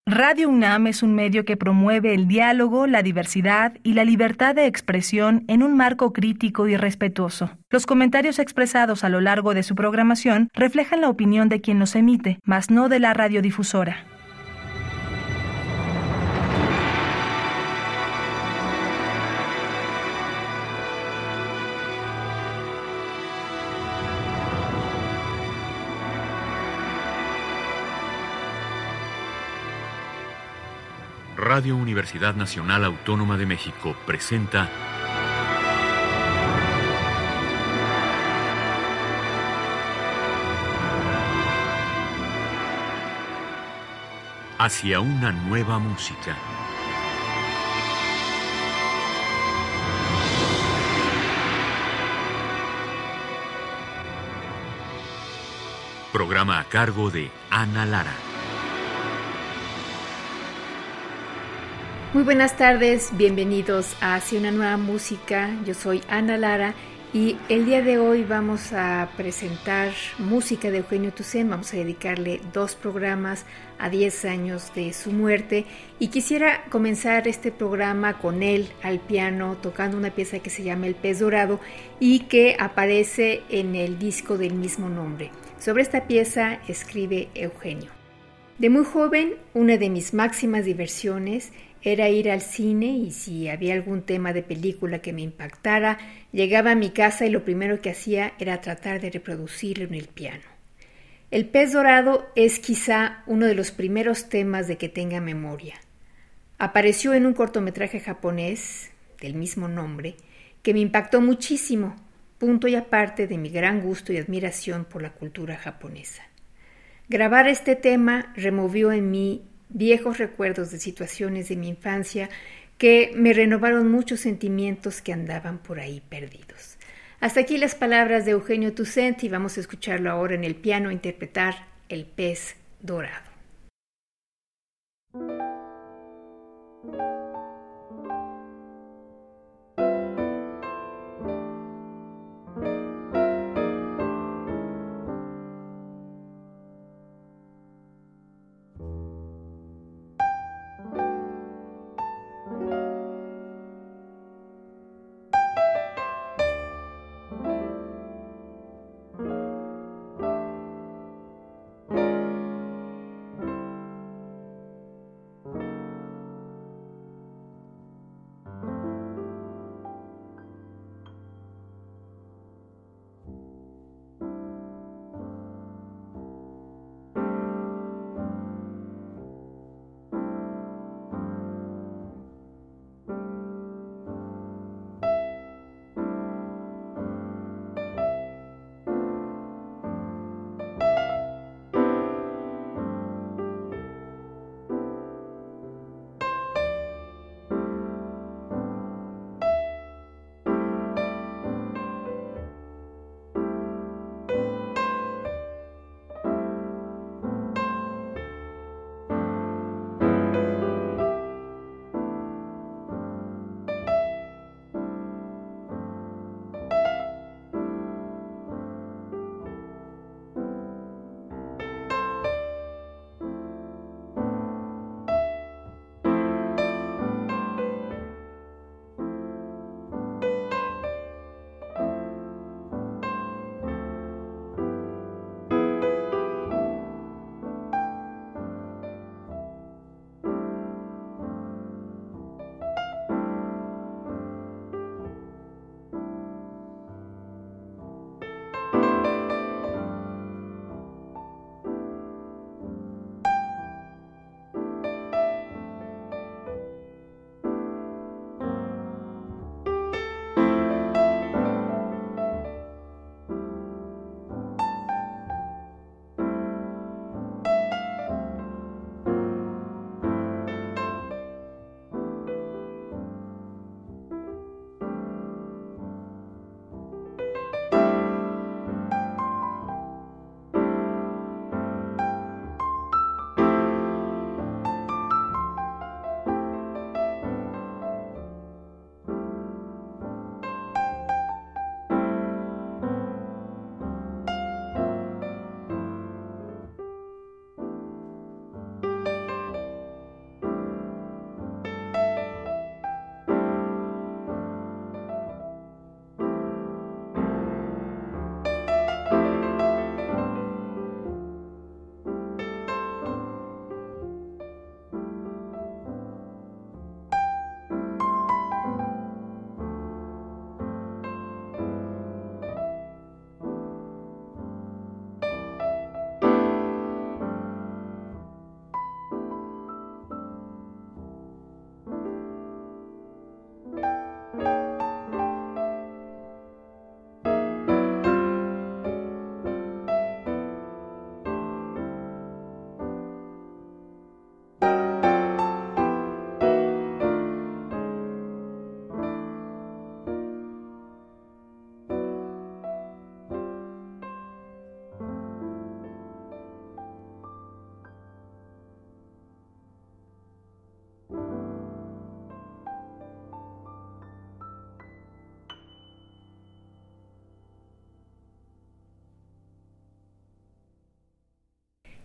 Radio UNAM es un medio que promueve el diálogo, la diversidad y la libertad de expresión en un marco crítico y respetuoso. Los comentarios expresados a lo largo de su programación reflejan la opinión de quien los emite, mas no de la radiodifusora. Radio Universidad Nacional Autónoma de México presenta Hacia una nueva música. Programa a cargo de Ana Lara. Muy buenas tardes, bienvenidos a Hacia una nueva música. Yo soy Ana Lara y el día de hoy vamos a presentar música de Eugenio Toussaint. Vamos a dedicarle 2 programas a 10 años de su muerte y quisiera comenzar este programa con él al piano tocando una pieza que se llama El Pez Dorado y que aparece en el disco del mismo nombre. Sobre esta pieza escribe Eugenio: de muy joven, una de mis máximas diversiones era ir al cine y si había algún tema de película que me impactara, llegaba a mi casa y lo primero que hacía era tratar de reproducirlo en el piano. El Pez Dorado es quizá uno de los primeros temas de que tenga memoria. Apareció en un cortometraje japonés del mismo nombre que me impactó muchísimo, punto y aparte de mi gran gusto y admiración por la cultura japonesa. Grabar este tema removió en mí viejos recuerdos de situaciones de mi infancia que me renovaron muchos sentimientos que andaban por ahí perdidos. Hasta aquí las palabras de Eugenio Toussaint y vamos a escucharlo ahora en el piano interpretar El Pez Dorado.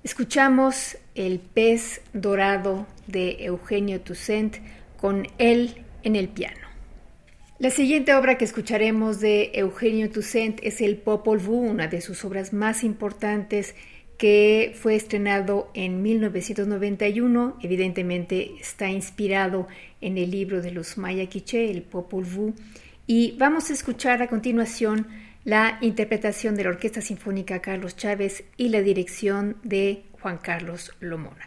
Escuchamos El pez dorado de Eugenio Toussaint con él en el piano. La siguiente obra que escucharemos de Eugenio Toussaint es el Popol Vuh, una de sus obras más importantes, que fue estrenado en 1991. Evidentemente está inspirado en el libro de los Maya Quiché, el Popol Vuh, y vamos a escuchar a continuación la interpretación de la Orquesta Sinfónica Carlos Chávez y la dirección de Juan Carlos Lomónaco.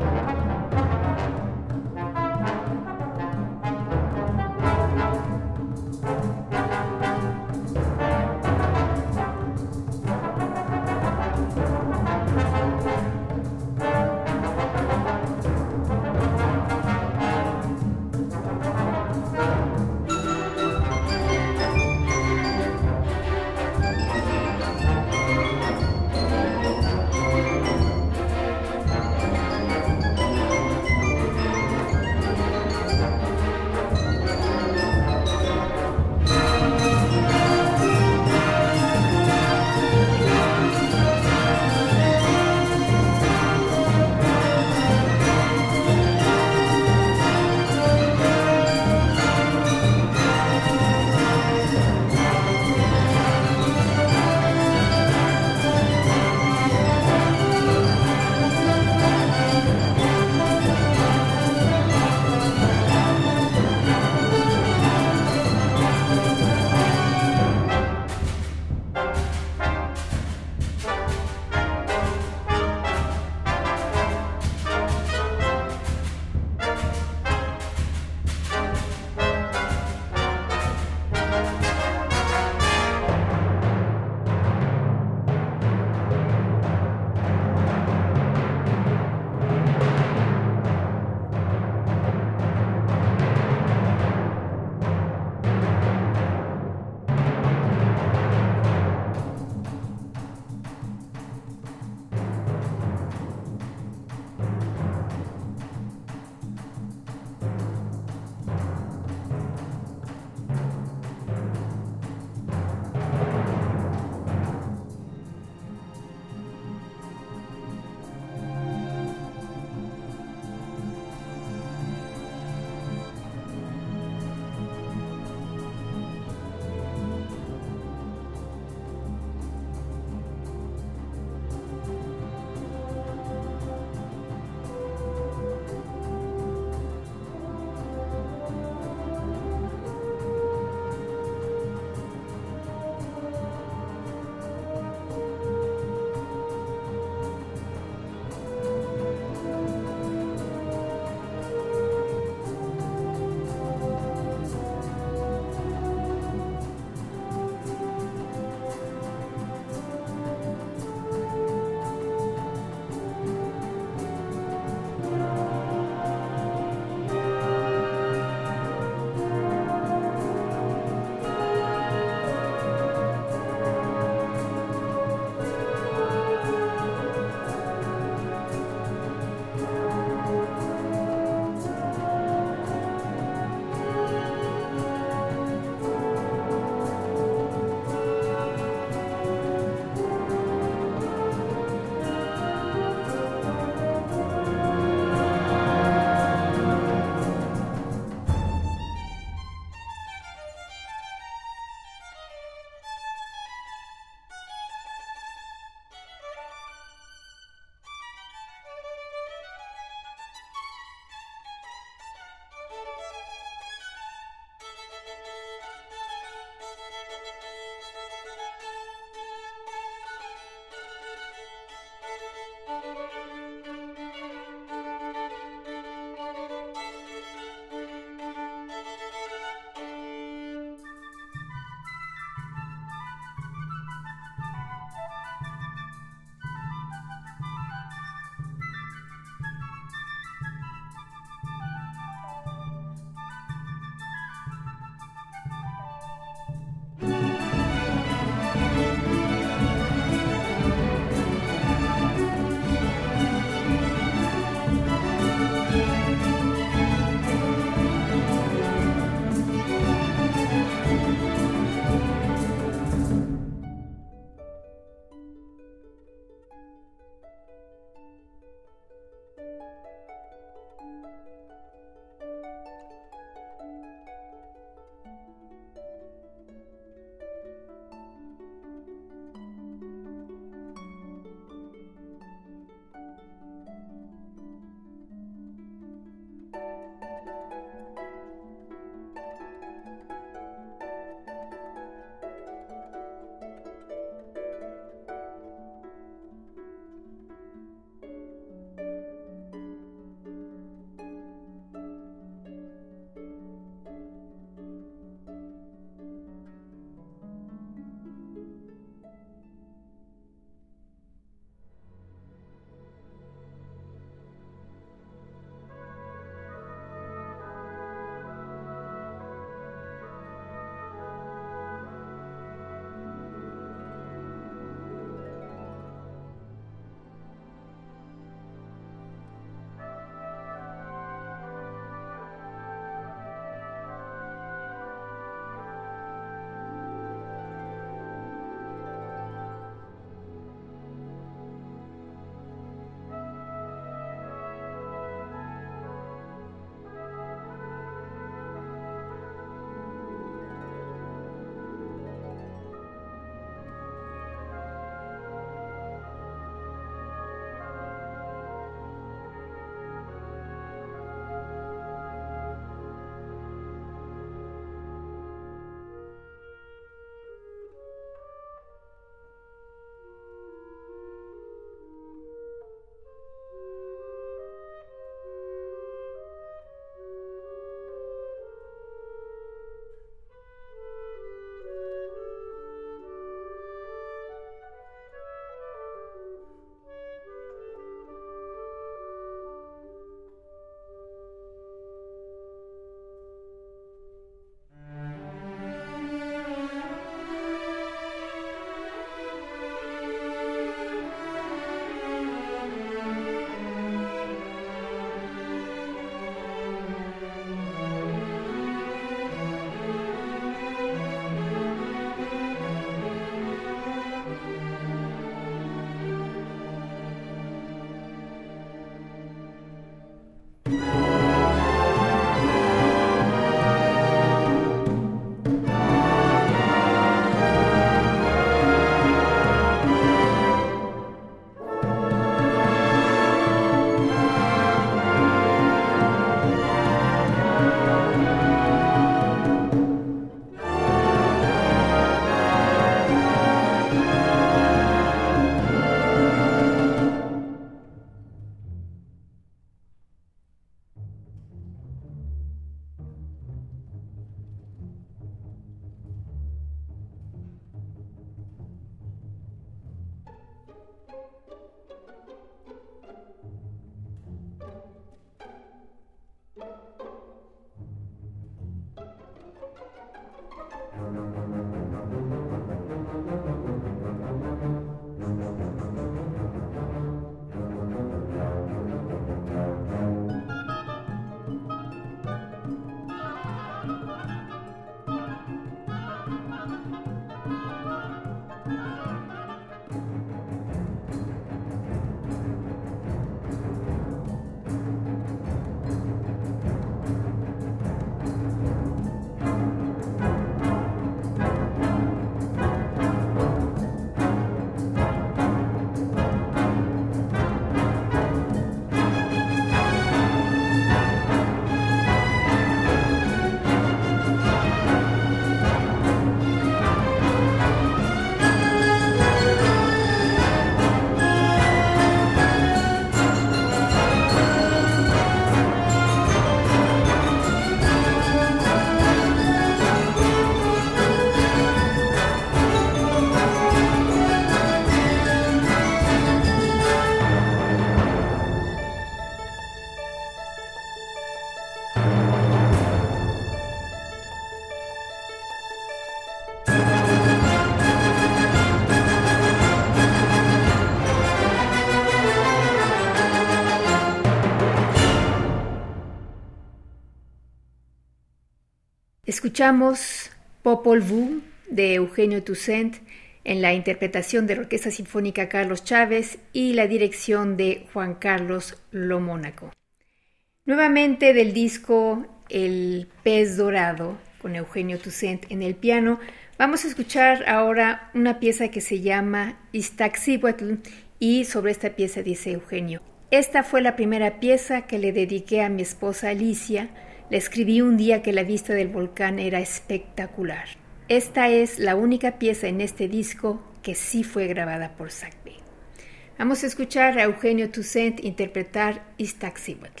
Escuchamos Popol Vuh de Eugenio Toussaint en la interpretación de la Orquesta Sinfónica Carlos Chávez y la dirección de Juan Carlos Lomónaco. Nuevamente del disco El Pez Dorado con Eugenio Toussaint en el piano, vamos a escuchar ahora una pieza que se llama Iztaccíhuatl y sobre esta pieza dice Eugenio: esta fue la primera pieza que le dediqué a mi esposa Alicia. La escribí un día que la vista del volcán era espectacular. Esta es la única pieza en este disco que sí fue grabada por Sacbé. Vamos a escuchar a Eugenio Toussaint interpretar Iztaccíhuatl.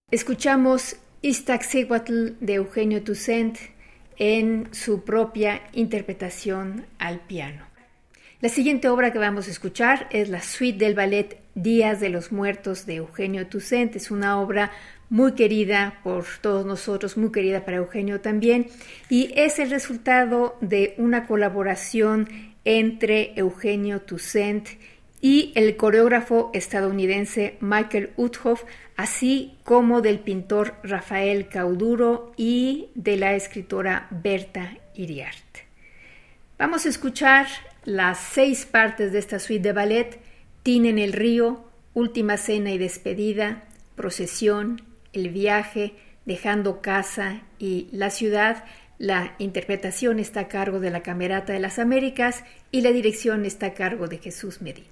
Escuchamos Iztaccíhuatl de Eugenio Toussaint en su propia interpretación al piano. La siguiente obra que vamos a escuchar es la suite del ballet Días de los Muertos de Eugenio Toussaint. Es una obra muy querida por todos nosotros, muy querida para Eugenio también, y es el resultado de una colaboración entre Eugenio Toussaint y el coreógrafo estadounidense Michael Uthoff, así como del pintor Rafael Cauduro y de la escritora Berta Iriart. Vamos a escuchar las 6 partes de esta suite de ballet: Tin en el río, Última cena y despedida, Procesión, El viaje, Dejando casa y La ciudad. La interpretación está a cargo de la Camerata de las Américas y la dirección está a cargo de Jesús Medina.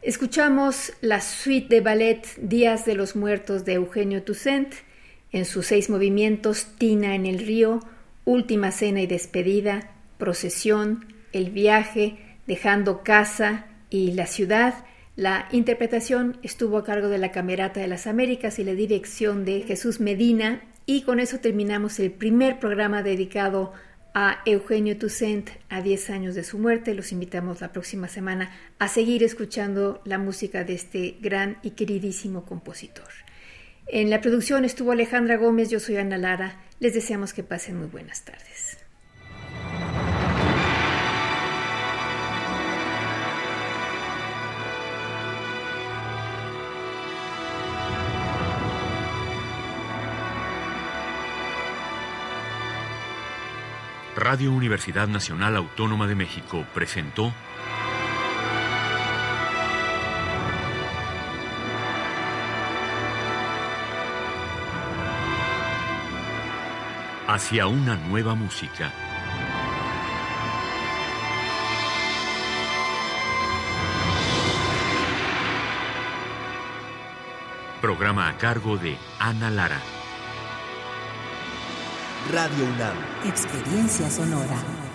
Escuchamos la suite de ballet Días de los Muertos de Eugenio Toussaint, en sus 6 movimientos: Tina en el río, Última cena y despedida, Procesión, El viaje, Dejando casa y La ciudad. La interpretación estuvo a cargo de la Camerata de las Américas y la dirección de Jesús Medina, y con eso terminamos el primer programa dedicado a Eugenio Toussaint a 10 años de su muerte. Los invitamos la próxima semana a seguir escuchando la música de este gran y queridísimo compositor. En la producción estuvo Alejandra Gómez, yo soy Ana Lara. Les deseamos que pasen muy buenas tardes. Radio Universidad Nacional Autónoma de México presentó Hacia una nueva música. Programa a cargo de Ana Lara. Radio UNAM. Experiencia sonora.